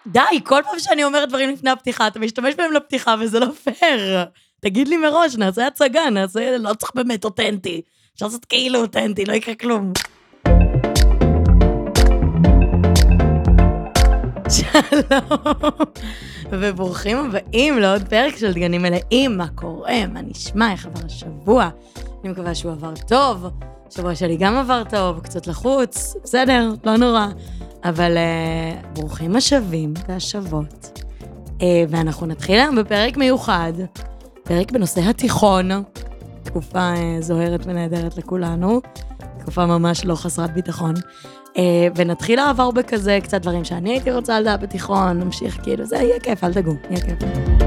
די, כל פעם שאני אומרת דברים לפני הפתיחה, אתה משתמש בהם לפתיחה, וזה לא פייר. תגיד לי מראש, נעשה הצגה, נעשה, לא צריך באמת אותנטי. אפשר לעשות כאילו אותנטי, לא יקרה כלום. שלום, וברוכים הבאים לעוד פרק של דגנים מלאים, מה קורה, מה נשמע, איך עבר השבוע. אני מקווה שהוא עבר טוב, השבוע שלי גם עבר טוב, קצת לחוץ, בסדר, לא נורא. אבל ברוכים השבים והשבות. ואנחנו נתחיל היום בפרק מיוחד, פרק בנושא התיכון, תקופה זוהרת ונהדרת לכולנו, תקופה ממש לא חסרת ביטחון. ונתחיל לעבור בכזה קצת דברים שאני הייתי רוצה לדעת בתיכון, נמשיך כאילו, זה יהיה כיף, אל תגעו, יהיה כיף.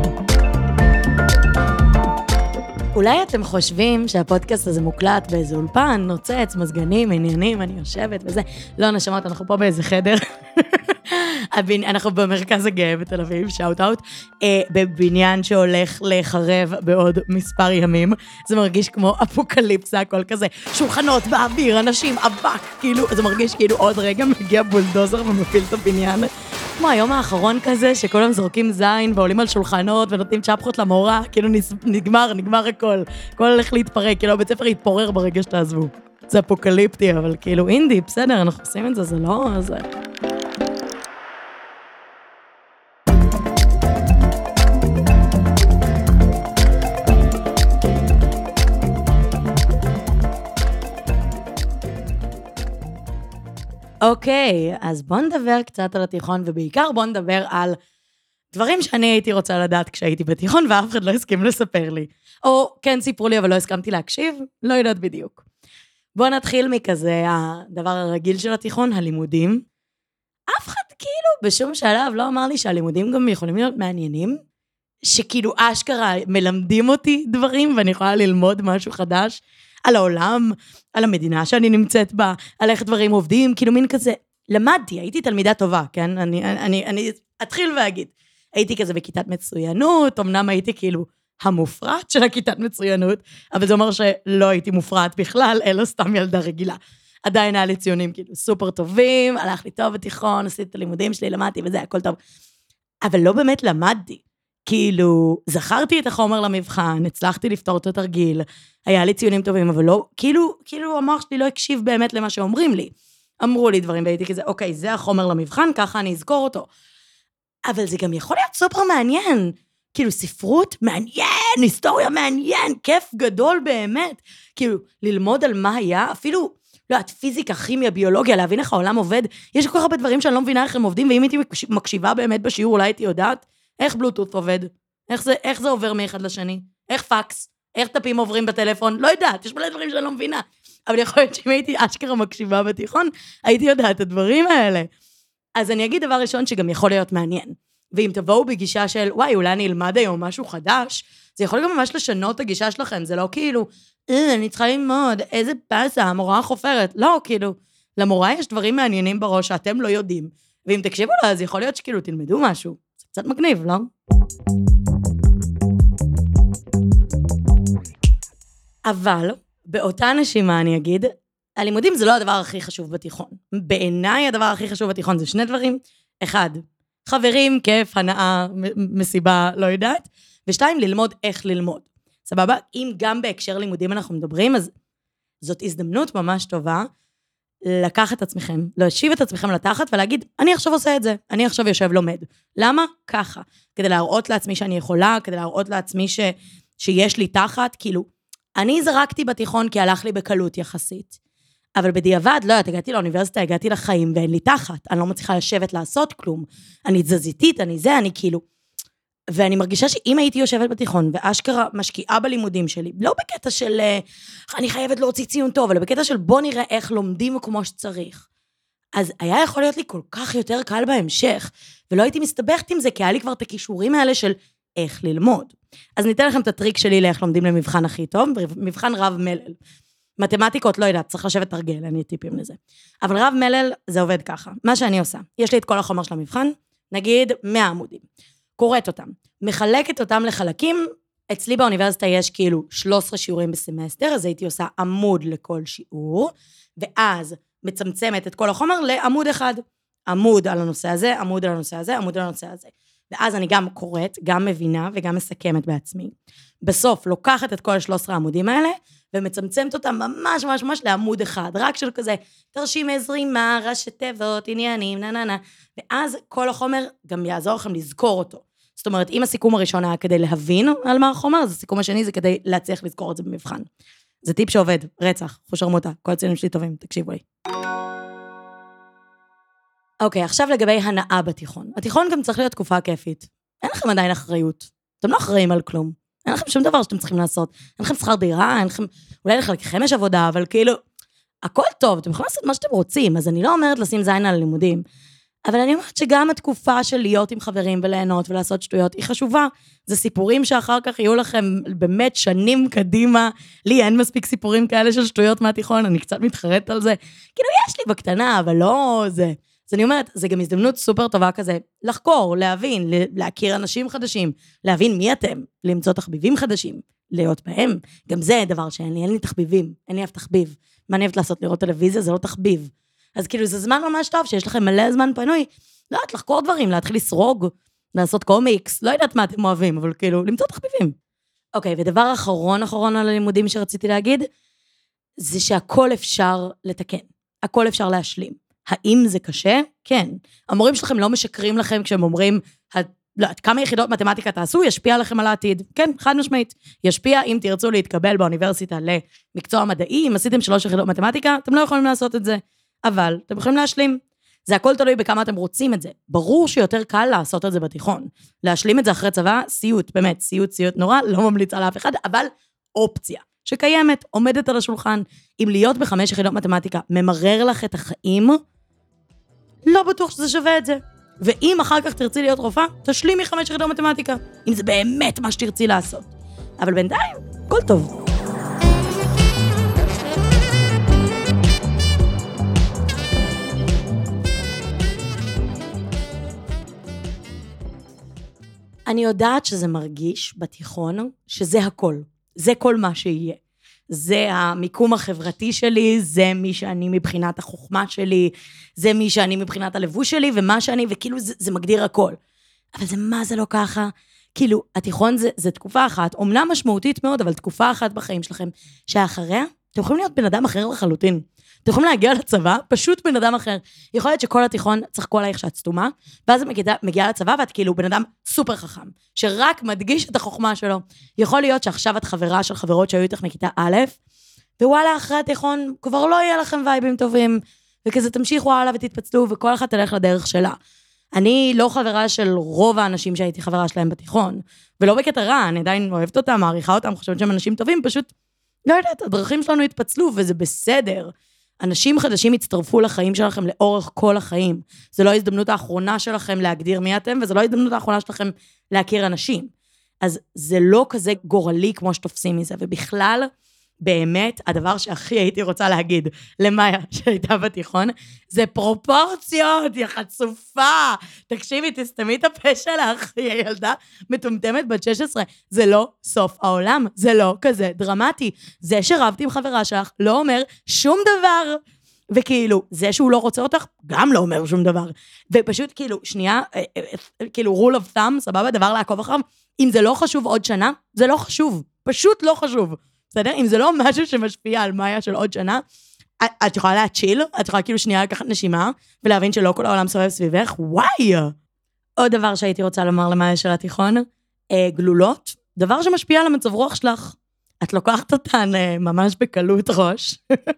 אולי אתם חושבים שהפודקאסט הזה מוקלט באיזה אולפן, נוצץ, מזגנים, עניינים, אני יושבת וזה. לא, נשמות, אנחנו פה באיזה חדר. אנחנו במרכז הגאה בתל אביב, שאוט אאוט, בבניין שהולך לחרב בעוד מספר ימים. זה מרגיש כמו אפוקליפסה, הכל כזה, שולחנות באוויר, אנשים, אבק, כאילו, זה מרגיש כאילו עוד רגע מגיע בולדוזר ומפיל את הבניין. כמו היום האחרון כזה, שכולם זורקים זין ועולים על שולחנות ונותנים צ'פחות למורה, כאילו נגמר הכל. הכל הולך להתפרק, כאילו הבית ספר יתפורר ברגע שתעזבו. זה אפוקליפטי, אבל כאילו אינדי, בסדר, אנחנו עושים את זה, זה לא... זה... אוקיי, אז בוא נדבר קצת על התיכון, ובעיקר בוא נדבר על דברים שאני הייתי רוצה לדעת כשהייתי בתיכון, ואף אחד לא הסכים לספר לי. או כן סיפרו לי, אבל לא הסכמתי להקשיב, לא יודעת בדיוק. בוא נתחיל מכזה, הדבר הרגיל של התיכון, הלימודים. אף אחד כאילו בשום שלב לא אמר לי שהלימודים גם יכולים להיות מעניינים, שכאילו אשכרה מלמדים אותי דברים, ואני יכולה ללמוד משהו חדש, על העולם, על המדינה שאני נמצאת בה, על איך דברים עובדים, כאילו מין כזה, למדתי, הייתי תלמידה טובה, כן? אני אתחיל ואגיד, הייתי כזה בכיתת מצוינות, אמנם הייתי כאילו המופרעת של הכיתת מצוינות, אבל זה אומר שלא הייתי מופרעת בכלל, אלא סתם ילדה רגילה. עדיין היה לי ציונים כאילו סופר טובים, הלך לי טוב בתיכון, עשיתי את הלימודים שלי, למדתי וזה, הכל טוב. אבל לא באמת למדתי. כאילו, זכרתי את החומר למבחן, הצלחתי לפתור את התרגיל, היה לי ציונים טובים, אבל לא, כאילו המוח שלי לא הקשיב באמת למה שאומרים לי. אמרו לי דברים, והייתי כזה, אוקיי, זה החומר למבחן, ככה אני אזכור אותו. אבל זה גם יכול להיות סופר מעניין. כאילו, ספרות מעניין, היסטוריה מעניין, כיף גדול באמת. כאילו, ללמוד על מה היה, אפילו, לא יודעת, פיזיקה, כימיה, ביולוגיה, להבין איך העולם עובד. יש כל כך הרבה דברים שאני לא מבינה איך הם עובדים, ואם הייתי מקשיבה באמת בשיעור, אולי הייתי יודעת איך בלוטות עובד, איך זה עובר מאחד לשני, איך פקס, איך טפים עוברים בטלפון, לא יודעת, יש מלא דברים שאני לא מבינה, אבל יכול להיות שאם הייתי אשכרה מקשיבה בתיכון, הייתי יודעת את הדברים האלה. אז אני אגיד דבר ראשון שגם יכול להיות מעניין, ואם תבואו בגישה של, וואי, אולי אני אלמד היום משהו חדש, זה יכול גם ממש לשנות את הגישה שלכם, זה לא כאילו, אני צריכה ללמוד, איזה פסה, המורה חופרת, לא, כאילו, למורה יש דברים מעניינים בראש שאתם לא יודעים, ואם תקשיבו לה, אז יכול להיות שכאילו תלמדו משהו. זה קצת מגניב, לא? אבל באותה נשימה אני אגיד, הלימודים זה לא הדבר הכי חשוב בתיכון. בעיניי הדבר הכי חשוב בתיכון זה שני דברים. אחד, חברים, כיף, הנאה, מסיבה, לא יודעת. ושתיים, ללמוד איך ללמוד. סבבה? אם גם בהקשר לימודים אנחנו מדברים, אז זאת הזדמנות ממש טובה, לקחת את עצמכם, להשיב את עצמכם לתחת ולהגיד, אני עכשיו עושה את זה, אני עכשיו יושב לומד. למה? ככה. כדי להראות לעצמי שאני יכולה, כדי להראות לעצמי שיש לי תחת, כאילו, אני זרקתי בתיכון כי הלך לי בקלות יחסית. אבל בדיעבד, לא יודעת, הגעתי לאוניברסיטה, הגעתי לחיים ואין לי תחת, אני לא מצליחה לשבת לעשות כלום. אני תזזיתית, אני כאילו, ואני מרגישה שאם הייתי יושבת בתיכון, ואשכרה משקיעה בלימודים שלי, לא בקטע של, אני חייבת להוציא ציון טוב, אלא בקטע של בוא נראה איך לומדים כמו שצריך. אז היה יכול להיות לי כל כך יותר קל בהמשך, ולא הייתי מסתבכת עם זה, כי היה לי כבר את הכישורים האלה של איך ללמוד. אז ניתן לכם את הטריק שלי לאיך לומדים למבחן הכי טוב, מבחן רב מלל. מתמטיקות, לא יודעת, צריך לשבת תרגל, אני טיפים לזה. אבל רב מלל זה עובד ככה. מה שאני עושה, יש לי את כל החומר של המבחן, נגיד 100 עמודים. קוראת אותם, מחלקת אותם לחלקים, אצלי באוניברסיטה יש כאילו 13 שיעורים בסמסטר, אז הייתי עושה עמוד לכל שיעור, ואז מצמצמת את כל החומר לעמוד אחד. עמוד על הנושא הזה, עמוד על הנושא הזה, עמוד על הנושא הזה. ואז אני גם קוראת, גם מבינה וגם מסכמת בעצמי. בסוף לוקחת את כל 13 העמודים האלה, ומצמצמת אותם ממש ממש ממש לעמוד אחד, רק של כזה, תרשימי זרימה, ראשי תיבות, עניינים, נה. ואז כל החומר גם יעזור לכם לזכור אותו. זאת אומרת, אם הסיכום הראשון היה כדי להבין על מה החומר, אז הסיכום השני זה כדי להצליח לזכור את זה במבחן. זה טיפ שעובד, רצח, חושרמוטה, כל הציונים שלי טובים, תקשיבו לי. אוקיי, עכשיו לגבי הנאה בתיכון. התיכון גם צריך להיות תקופה כיפית. אין לכם עדיין אחריות. אתם לא אחראים על כלום. אין לכם שום דבר שאתם צריכים לעשות. אין לכם שכר דירה, אין לכם, אולי לחלקכם יש עבודה, אבל כאילו, הכל טוב, אתם יכולים לעשות מה שאתם רוצים, אז אני לא אומרת לשים זין על הלימודים, אבל אני אומרת שגם התקופה של להיות עם חברים וליהנות ולעשות שטויות היא חשובה. זה סיפורים שאחר כך יהיו לכם באמת שנים קדימה. לי אין מספיק סיפורים כאלה של שטויות מהתיכון, אני קצת מתחרט על זה. כאילו יש לי בקטנה, אבל לא זה. אז אני אומרת, זה גם הזדמנות סופר טובה כזה, לחקור, להבין, להכיר אנשים חדשים, להבין מי אתם, למצוא תחביבים חדשים, להיות בהם. גם זה דבר שאין לי, אין לי תחביבים, אין לי אף תחביב. מה אני אוהבת לעשות? לראות טלוויזיה, זה לא תחביב. אז כאילו זה זמן ממש טוב, שיש לכם מלא זמן פנוי, לא יודעת, לחקור דברים, להתחיל לסרוג, לעשות קומיקס, לא יודעת מה אתם אוהבים, אבל כאילו, למצוא תחביבים. אוקיי, ודבר אחרון על הלימודים שרציתי להגיד, זה שהכל אפשר לתקן, הכל אפשר להשלים. האם זה קשה? כן. המורים שלכם לא משקרים לכם כשהם אומרים, לא, כמה יחידות מתמטיקה תעשו, ישפיע לכם על העתיד. כן, חד משמעית. ישפיע אם תרצו להתקבל באוניברסיטה למקצוע מדעי, אם עשיתם 3 יחידות מתמטיקה, אתם לא יכולים לעשות את זה. אבל אתם יכולים להשלים. זה הכל תלוי בכמה אתם רוצים את זה. ברור שיותר קל לעשות את זה בתיכון. להשלים את זה אחרי צבא, סיוט, באמת, סיוט נורא, לא ממליץ על אף אחד, אבל אופציה שקיימת, עומדת על השולחן. אם להיות ב5 יחידות מתמטיקה ממרר לך את החיים, לא בטוח שזה שווה את זה. ואם אחר כך תרצי להיות רופאה, תשלימי 5 יחידות מתמטיקה. אם זה באמת מה שתרצי לעשות. אבל בינתיים, כל טוב. אני יודעת שזה מרגיש בתיכון, שזה הכל. זה כל מה שיהיה. זה המיקום החברתי שלי, זה מי שאני מבחינת החוכמה שלי, זה מי שאני מבחינת הלבוש שלי, ומה שאני, וכאילו זה מגדיר הכל. אבל זה מה זה לא ככה? כאילו, התיכון זה תקופה אחת, אומנם משמעותית מאוד, אבל תקופה אחת בחיים שלכם, שאחריה, אתם יכולים להיות בן אדם אחר לחלוטין. אתם יכולים להגיע לצבא, פשוט בן אדם אחר. יכול להיות שכל התיכון צחקו עלייך שאת סתומה, ואז את מגיעה לצבא, ואת כאילו בן אדם סופר חכם, שרק מדגיש את החוכמה שלו. יכול להיות שעכשיו את חברה של חברות שהיו איתך מכיתה א', ווואלה, אחרי התיכון כבר לא יהיה לכם וייבים טובים, וכזה תמשיכו הלאה ותתפצלו, וכל אחד תלך לדרך שלה. אני לא חברה של רוב האנשים שהייתי חברה שלהם בתיכון, ולא בקטע רע, אני עדיין אוהבת אותם, מעריכה אותם, חושבת שהם אנשים טובים, פשוט, לא יודעת, הדרכים שלנו התפצלו, וזה בסדר. אנשים חדשים יצטרפו לחיים שלכם לאורך כל החיים. זה לא ההזדמנות האחרונה שלכם להגדיר מי אתם, וזה לא ההזדמנות האחרונה שלכם להכיר אנשים. אז זה לא כזה גורלי כמו שתופסים מזה, ובכלל, באמת, הדבר שהכי הייתי רוצה להגיד למאיה שהייתה בתיכון, זה פרופורציות, יא חצופה. תקשיבי, תסתמי את הפה שלך, היא ילדה מטומטמת בת 16. זה לא סוף העולם, זה לא כזה דרמטי. זה שרבתי עם חברה שלך לא אומר שום דבר. וכאילו, זה שהוא לא רוצה אותך, גם לא אומר שום דבר. ופשוט כאילו, שנייה, כאילו rule of thumb, סבבה, דבר לעקוב אחריו, אם זה לא חשוב עוד שנה, זה לא חשוב. פשוט לא חשוב. בסדר? אם זה לא משהו שמשפיע על מאיה של עוד שנה, את יכולה להצ'יל, את יכולה כאילו שנייה לקחת נשימה, ולהבין שלא כל העולם סובב סביבך, וואי! עוד דבר שהייתי רוצה לומר למאיה של התיכון, גלולות, דבר שמשפיע על המצב רוח שלך. את לוקחת אותן ממש בקלות ראש,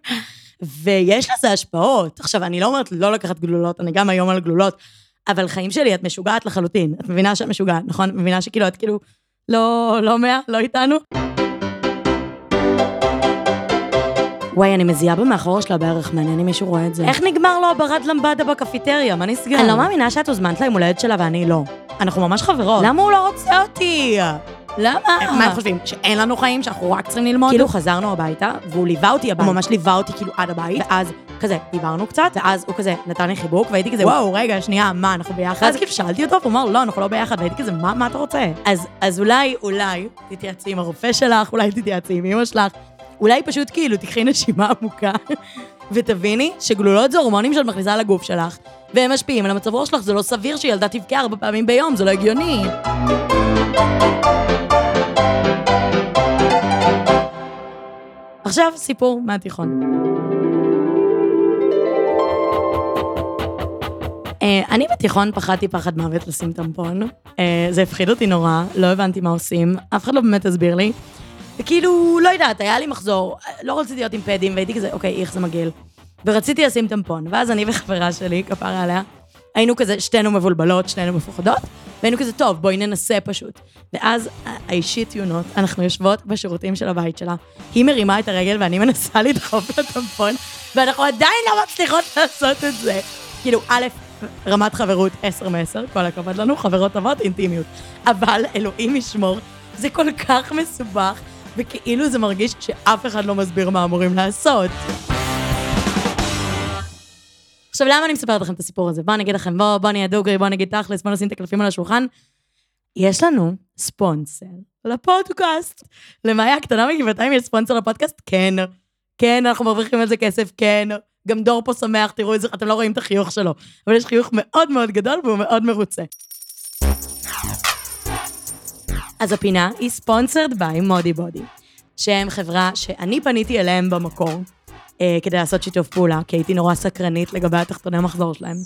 ויש לזה השפעות. עכשיו, אני לא אומרת לא לקחת גלולות, אני גם היום על גלולות, אבל חיים שלי, את משוגעת לחלוטין. את מבינה שאת משוגעת, נכון? מבינה שכאילו, את כאילו, לא מאה, לא איתנו. וואי, אני מזיעה במאחור שלה בערך, מעניין אם מישהו רואה את זה. איך נגמר לו ברד למבדה בקפיטריה? מה נסגר? אני לא מאמינה שאת הוזמנת ליום הולדת שלה ואני לא. אנחנו ממש חברות. למה הוא לא רוצה אותי? למה? מה הם חושבים? שאין לנו חיים, שאנחנו רק צריכים ללמוד? כאילו חזרנו הביתה, והוא ליווה אותי הביתה. הוא ממש ליווה אותי כאילו עד הבית, ואז כזה, דיברנו קצת, ואז הוא כזה נתן לי חיבוק, והייתי כזה, וואו, רגע, שנייה, מה, אנחנו ביחד? אז כאילו שאלתי אותו, הוא אמר, לא, אנחנו לא ביחד, והייתי כזה, מה אתה רוצה? אז אולי תתייעצי עם הרופא שלך, אולי תתייעצי עם אמא שלך, אולי פשוט כאילו תקחי נשימה עמוקה, ותביני שגלולות זה הורמונים שאת מכניסה לגוף שלך, והם משפיעים על המצב ראש שלך, זה לא סביר שילדה תבכה 4 פעמים ביום, זה לא הגיוני. עכשיו סיפור מהתיכון. אני בתיכון פחדתי פחד מוות לשים טמפון, זה הפחיד אותי נורא, לא הבנתי מה עושים, אף אחד לא באמת הסביר לי, וכאילו, לא יודעת, היה לי מחזור, לא רציתי להיות עם פדים, והייתי כזה, אוקיי, איך זה מגעיל, ורציתי לשים טמפון, ואז אני וחברה שלי, כפרה עליה, היינו כזה, שתינו מבולבלות, שתינו מפוחדות, והיינו כזה, טוב, בואי ננסה פשוט. ואז האישית יונות, אנחנו יושבות בשירותים של הבית שלה, היא מרימה את הרגל ואני מנסה לדחוף לטמפון, ואנחנו עדיין לא מצליחות לעשות את זה. כאילו, א', רמת חברות 10 מ-10, כל הכבוד לנו, חברות טובות, אינטימיות. אבל אלוהים ישמור, זה כל כך מסובך, וכאילו זה מרגיש שאף אחד לא מסביר מה אמורים לעשות. עכשיו, למה אני מספרת לכם את הסיפור הזה? בואו נגיד לכם, בואו נהיה דוגרי, בואו נגיד תכלס, בואו נשים את הקלפים על השולחן. יש לנו ספונסר לפודקאסט. למאיה הקטנה מגבעתיים יש ספונסר לפודקאסט? כן. כן, אנחנו מרוויחים על זה כסף, כן. גם דור פה שמח, תראו את זה, אתם לא רואים את החיוך שלו. אבל יש חיוך מאוד מאוד גדול והוא מאוד מרוצה. אז הפינה היא ספונסרד ביי מודי בודי, שהם חברה שאני פניתי אליהם במקור, כדי לעשות שיתוף פעולה, כי הייתי נורא סקרנית לגבי התחתוני המחזור שלהם.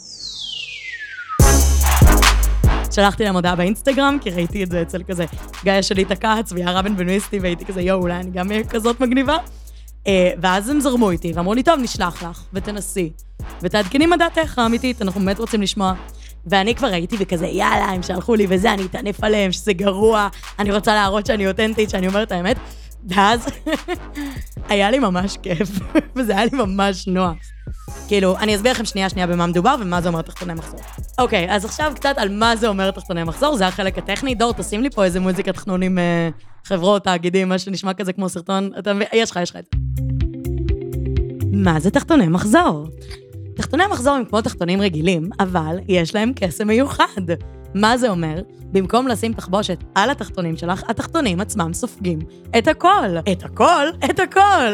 שלחתי להם הודעה באינסטגרם, כי ראיתי את זה אצל כזה גיא שלי תקץ, ויערה בן בנוויסטי, והייתי כזה, יו, אולי אני גם כזאת מגניבה. ואז הם זרמו איתי, ואמרו לי, טוב, נשלח לך, ותנסי, ותעדכני מה דעתך האמיתית, אנחנו באמת רוצים לשמוע. ואני כבר ראיתי וכזה, יאללה, הם שלחו לי וזה, אני אתענף עליהם, שזה גרוע, אני רוצה להראות שאני אותנטית, שאני אומרת האמת, ואז היה לי ממש כיף, וזה היה לי ממש נוח. כאילו, אני אסביר לכם שנייה במה מדובר, ומה זה אומר תחתוני מחזור. אוקיי, אז עכשיו קצת על מה זה אומר תחתוני מחזור, זה החלק הטכני. דור, תשים לי פה איזה מוזיקה תכנונים, חברות, תאגידים, מה שנשמע כזה כמו סרטון, אתה מבין? יש לך את זה. מה זה תחתוני מחזור? תחתוני המחזור הם כמו תחתונים רגילים, אבל יש להם קסם מיוחד. מה זה אומר? במקום לשים תחבושת על התחתונים שלך, התחתונים עצמם סופגים את הכל. את הכל? את הכל!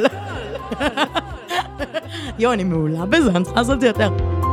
יו, אני מעולה בזה, אני צריכה לעשות את זה יותר.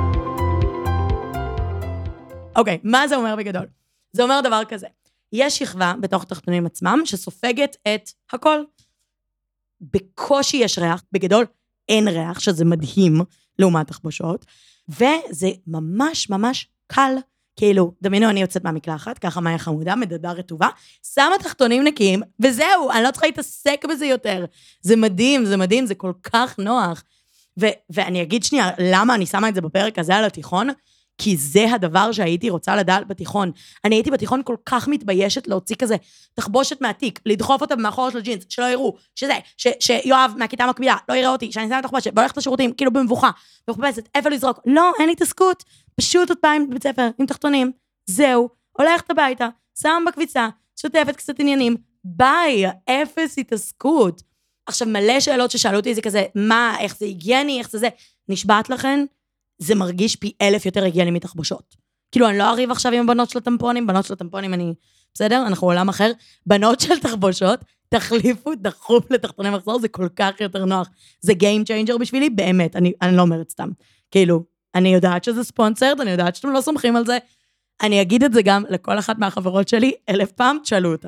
אוקיי, מה זה אומר בגדול? זה אומר דבר כזה. יש שכבה בתוך התחתונים עצמם שסופגת את הכל. בקושי יש ריח, בגדול אין ריח, שזה מדהים לעומת תחבושות, וזה ממש ממש קל. כאילו, דמיינו, אני יוצאת מהמקלחת, ככה מאיה חמודה, מדדה רטובה, שמה תחתונים נקיים, וזהו, אני לא צריכה להתעסק בזה יותר. זה מדהים, זה מדהים, זה כל כך נוח. ואני אגיד שנייה, למה אני שמה את זה בפרק הזה על התיכון? כי זה הדבר שהייתי רוצה לדעת בתיכון. אני הייתי בתיכון כל כך מתביישת להוציא כזה תחבושת מהתיק, לדחוף אותה במאחורה של הג'ינס, שלא יראו, שיואב מהכיתה מקבילה, לא יראה אותי, שאני שמה תחבושת, והולכת לשירותים, כאילו במבוכה, ומחפשת, איפה לזרוק? לא, אין לי תסקות, פשוט עוד פעם בבית ספר, עם תחתונים, זהו, הולכת הביתה, שם בקביצה, שוטפת קצת עניינים, ביי, אפס התעסקות. עכשיו מלא שאלות ששאלו אותי, זה כזה, מה, איך זה היגייני, איך זה, נשבעת לכן, זה מרגיש פי 1000 יותר היגייני מתחבושות. כאילו, אני לא אריב עכשיו עם הבנות של הטמפונים, בנות של הטמפונים אני, בסדר? אנחנו עולם אחר. בנות של תחבושות, תחליפו דחוף לתחתוני מחזור, זה כל כך יותר נוח. זה game changer בשבילי, באמת, אני לא אומרת סתם. כאילו, אני יודעת שזה ספונסרד, אני יודעת שאתם לא סומכים על זה, אני אגיד את זה גם לכל אחת מהחברות שלי, 1000 פעם, תשאלו אותם.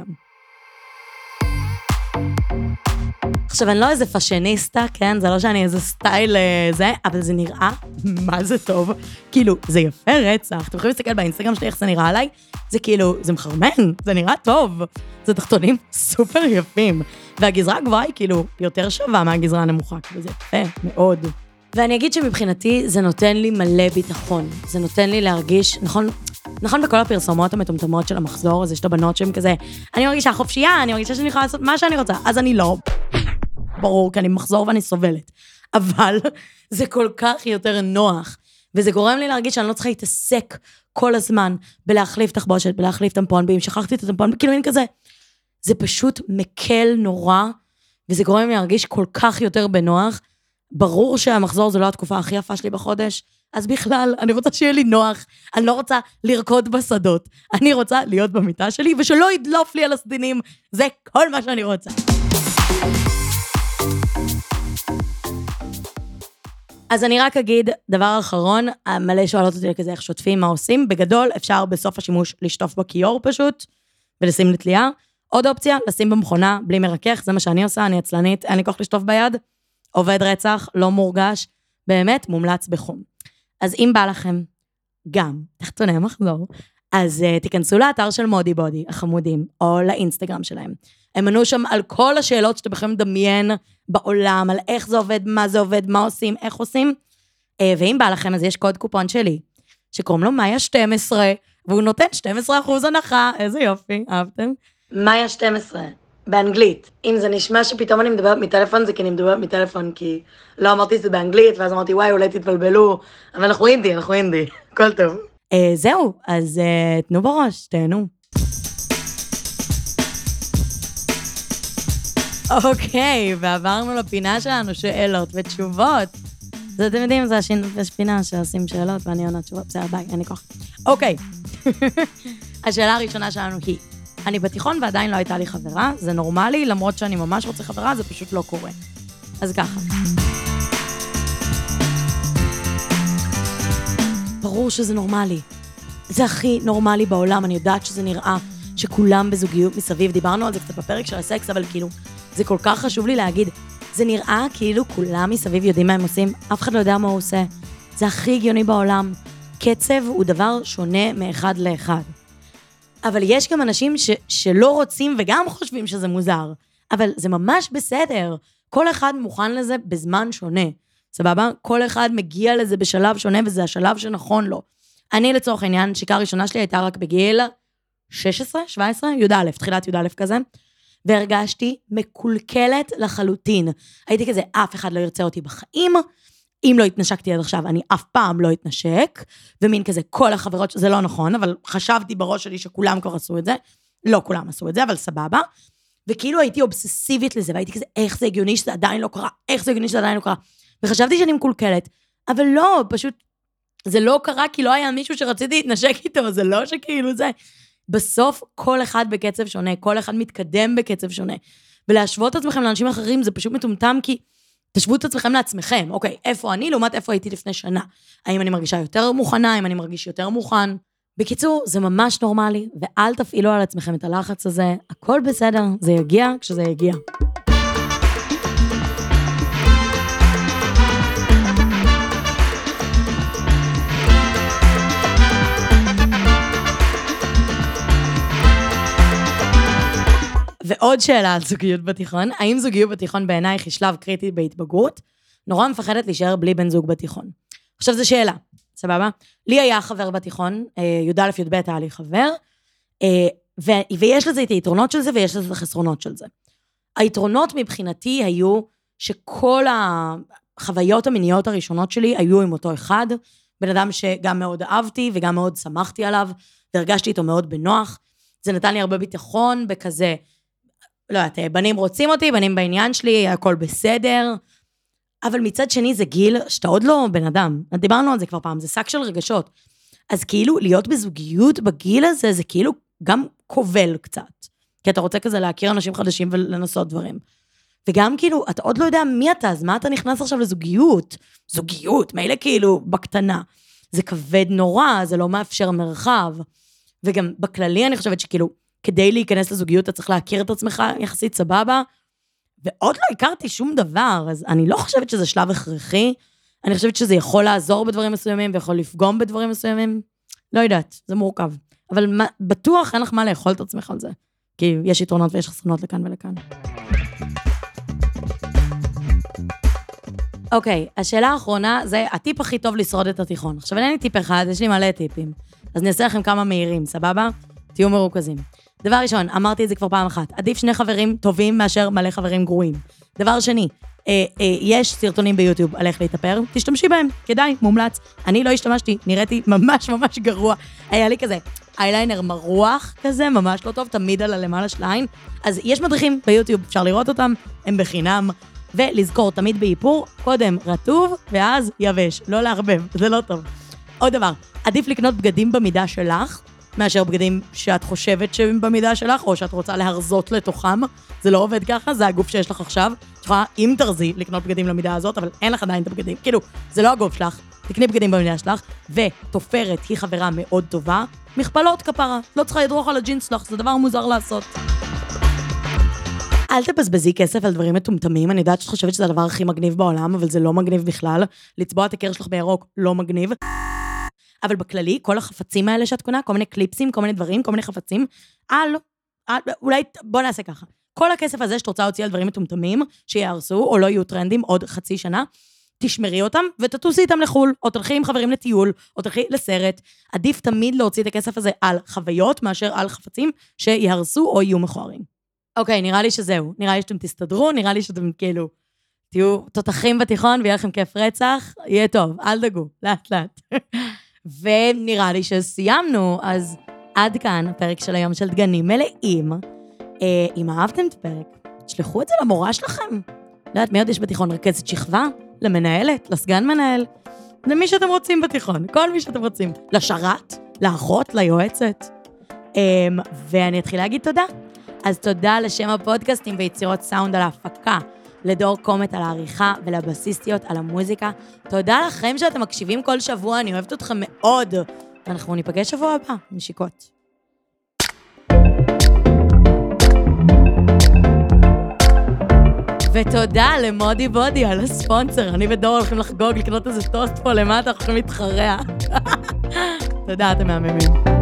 עכשיו, אני לא איזה פאשיניסטה, כן? זה לא שאני איזה סטייל זה, אבל זה נראה מה זה טוב. כאילו, זה יפה רצח. אתם יכולים להסתכל באינסטגרם שלי איך זה נראה עליי? זה כאילו, זה מחרמן, זה נראה טוב. זה תחתונים סופר יפים. והגזרה הגבוהה היא כאילו יותר שווה מהגזרה הנמוכה, כאילו זה יפה מאוד. ואני אגיד שמבחינתי זה נותן לי מלא ביטחון. זה נותן לי להרגיש, נכון בכל הפרסומות המטומטמות של המחזור, אז יש את הבנות שהן כזה, אני מרגישה חופשייה, אני מרגישה שאני יכולה לעשות מה שאני רוצה, אז אני לא. ברור, כי אני מחזור ואני סובלת. אבל זה כל כך יותר נוח, וזה גורם לי להרגיש שאני לא צריכה להתעסק כל הזמן בלהחליף תחבושת, בלהחליף טמפון, ואם שכחתי את הטמפון, כאילו אין כזה. זה פשוט מקל נורא, וזה גורם לי להרגיש כל כך יותר בנוח. ברור שהמחזור זה לא התקופה הכי יפה שלי בחודש, אז בכלל, אני רוצה שיהיה לי נוח, אני לא רוצה לרקוד בשדות, אני רוצה להיות במיטה שלי, ושלא ידלוף לי על הסדינים, זה כל מה שאני רוצה. אז אני רק אגיד, דבר אחרון, מלא שואלות אותי כזה איך שוטפים, מה עושים, בגדול אפשר בסוף השימוש לשטוף בכיור פשוט, ולשים לתלייה. עוד אופציה, לשים במכונה, בלי מרכך, זה מה שאני עושה, אני עצלנית, אין לי כוח לשטוף ביד, עובד רצח, לא מורגש, באמת מומלץ בחום. אז אם בא לכם, גם, תחתוני מחזור, אז תיכנסו לאתר של מודי בודי, החמודים, או לאינסטגרם שלהם. הם ענו שם על כל השאלות שאתם יכולים לדמיין בעולם, על איך זה עובד, מה זה עובד, מה עושים, איך עושים. ואם בא לכם, אז יש קוד קופון שלי, שקוראים לו מאיה 12, והוא נותן 12% הנחה, איזה יופי, אהבתם? מאיה 12, באנגלית. אם זה נשמע שפתאום אני מדברת מטלפון, זה כי אני מדברת מטלפון, כי לא אמרתי זה באנגלית, ואז אמרתי, וואי, אולי תתבלבלו, אבל אנחנו אינדי, הכל טוב. זהו, אז תנו בראש, תהנו. אוקיי, ועברנו לפינה שלנו, שאלות ותשובות. זה אתם יודעים, זה הפינה שעושים שאלות, ואני עונה תשובות, בסדר, ביי, אין לי כוח. אוקיי, השאלה הראשונה שלנו היא, אני בתיכון ועדיין לא הייתה לי חברה, זה נורמלי, למרות שאני ממש רוצה חברה, זה פשוט לא קורה. אז ככה. ברור שזה נורמלי. זה הכי נורמלי בעולם, אני יודעת שזה נראה שכולם בזוגיות מסביב, דיברנו על זה קצת בפרק של הסקס, אבל כאילו, זה כל כך חשוב לי להגיד, זה נראה כאילו כולם מסביב יודעים מה הם עושים, אף אחד לא יודע מה הוא עושה. זה הכי הגיוני בעולם. קצב הוא דבר שונה מאחד לאחד. אבל יש גם אנשים שלא רוצים וגם חושבים שזה מוזר, אבל זה ממש בסדר. כל אחד מוכן לזה בזמן שונה. סבבה? כל אחד מגיע לזה בשלב שונה, וזה השלב שנכון לו. אני לצורך העניין, שיקה הראשונה שלי הייתה רק בגיל 16, 17, י"א, תחילת י"א כזה, והרגשתי מקולקלת לחלוטין. הייתי כזה, אף אחד לא ירצה אותי בחיים, אם לא התנשקתי עד עכשיו, אני אף פעם לא התנשק, ומין כזה, כל החברות, זה לא נכון, אבל חשבתי בראש שלי שכולם כבר עשו את זה, לא כולם עשו את זה, אבל סבבה, וכאילו הייתי אובססיבית לזה, והייתי כזה, איך זה הגיוני שזה עדיין לא קרה, איך זה הגיוני שזה עדיין לא קרה, וחשבתי שאני מקולקלת, אבל לא, פשוט, זה לא קרה כי לא היה מישהו שרציתי להתנשק איתו, זה לא שכאילו זה, בסוף כל אחד בקצב שונה, כל אחד מתקדם בקצב שונה, ולהשוות את עצמכם לאנשים אחרים זה פשוט מטומטם, כי תשוו את עצמכם לעצמכם, אוקיי, איפה אני, לעומת איפה הייתי לפני שנה, האם אני מרגישה יותר מוכנה, האם אני מרגיש יותר מוכן, בקיצור, זה ממש נורמלי, ואל תפעילו על עצמכם את הלחץ הזה, הכל בסדר, זה יגיע כשזה יגיע. ועוד שאלה על זוגיות בתיכון, האם זוגיות בתיכון בעינייך היא שלב קריטי בהתבגרות? נורא מפחדת להישאר בלי בן זוג בתיכון. עכשיו זו שאלה, סבבה? לי היה חבר בתיכון, י"א י"ב היה לי חבר, ויש לזה את היתרונות של זה, ויש לזה את החסרונות של זה. היתרונות מבחינתי היו שכל החוויות המיניות הראשונות שלי היו עם אותו אחד, בן אדם שגם מאוד אהבתי וגם מאוד שמחתי עליו, והרגשתי איתו מאוד בנוח. זה נתן לי הרבה ביטחון בכזה, לא יודעת, בנים רוצים אותי, בנים בעניין שלי, הכל בסדר, אבל מצד שני זה גיל שאתה עוד לא בן אדם, דיברנו על זה כבר פעם, זה שק של רגשות, אז כאילו להיות בזוגיות בגיל הזה, זה כאילו גם כובל קצת, כי אתה רוצה כזה להכיר אנשים חדשים ולנסות דברים, וגם כאילו, אתה עוד לא יודע מי אתה, אז מה אתה נכנס עכשיו לזוגיות? זוגיות, מילא כאילו בקטנה, זה כבד נורא, זה לא מאפשר מרחב, וגם בכללי אני חושבת שכאילו, כדי להיכנס לזוגיות, אתה צריך להכיר את עצמך יחסית סבבה, ועוד לא הכרתי שום דבר, אז אני לא חושבת שזה שלב הכרחי, אני חושבת שזה יכול לעזור בדברים מסוימים, ויכול לפגום בדברים מסוימים, לא יודעת, זה מורכב. אבל בטוח אין לך מה לאכול את עצמך על זה, כי יש יתרונות ויש חסרונות לכאן ולכאן. אוקיי, השאלה האחרונה זה הטיפ הכי טוב לשרוד את התיכון. עכשיו אין לי טיפ אחד, יש לי מלא טיפים. אז אני אעשה לכם כמה מהירים, סבבה? תהיו מרוכזים. דבר ראשון, אמרתי את זה כבר פעם אחת, עדיף 2 חברים טובים מאשר מלא חברים גרועים. דבר שני, יש סרטונים ביוטיוב על איך להתאפר, תשתמשי בהם, כדאי, מומלץ. אני לא השתמשתי, נראיתי ממש ממש גרוע. היה לי כזה, אייליינר מרוח כזה, ממש לא טוב, תמיד על הלמעלה של העין. אז יש מדריכים ביוטיוב, אפשר לראות אותם, הם בחינם. ולזכור תמיד באיפור, קודם רטוב, ואז יבש, לא להרבב, זה לא טוב. עוד דבר, עדיף לקנות בגדים במידה שלך, מאשר בגדים שאת חושבת שהם במידה שלך, או שאת רוצה להרזות לתוכם. זה לא עובד ככה, זה הגוף שיש לך עכשיו. את יכולה, אם תרזי, לקנות בגדים למידה הזאת, אבל אין לך עדיין את הבגדים. כאילו, זה לא הגוף שלך, תקני בגדים במידה שלך, ותופרת היא חברה מאוד טובה. מכפלות כפרה, לא צריכה לדרוך על הג'ינס שלך, זה דבר מוזר לעשות. אל תבזבזי כסף על דברים מטומטמים, אני יודעת שאת חושבת שזה הדבר הכי מגניב בעולם, אבל זה לא מגניב בכלל. לצבוע את הקר שלך בירוק לא מגניב. אבל בכללי, כל החפצים האלה שאת קונה, כל מיני קליפסים, כל מיני דברים, כל מיני חפצים, אולי, בוא נעשה ככה. כל הכסף הזה שאת רוצה להוציא על דברים מטומטמים, שיהרסו או לא יהיו טרנדים עוד חצי שנה, תשמרי אותם ותטוסי איתם לחול, או תלכי עם חברים לטיול, או תלכי לסרט. עדיף תמיד להוציא את הכסף הזה על חוויות, מאשר על חפצים שיהרסו או יהיו מכוערים. אוקיי, נראה לי שזהו. נראה לי שאתם תסתדרו, נראה לי שאתם כאילו תהיו תותחים בתיכון ויהיה לכם כיף רצח. יהיה טוב, אל דאגו, לאט לאט. ונראה לי שסיימנו, אז עד כאן הפרק של היום של דגנים מלאים. אם אהבתם את הפרק, תשלחו את זה למורה שלכם. לא יודעת, מי עוד יש בתיכון? רכזת שכבה? למנהלת? לסגן מנהל? למי שאתם רוצים בתיכון, כל מי שאתם רוצים. לשרת? לאחות? ליועצת? ואני אתחיל להגיד תודה. אז תודה לשם הפודקאסטים ויצירות סאונד על ההפקה, לדור קומט על העריכה ולבסיסטיות על המוזיקה. תודה לכם שאתם מקשיבים כל שבוע, אני אוהבת אתכם מאוד. ואנחנו ניפגש שבוע הבא, נשיקות. ותודה למודי בודי על הספונסר. אני ודור הולכים לחגוג, לקנות איזה טוסט פה למטה, אנחנו הולכים להתחרע. תודה, אתם מהממים.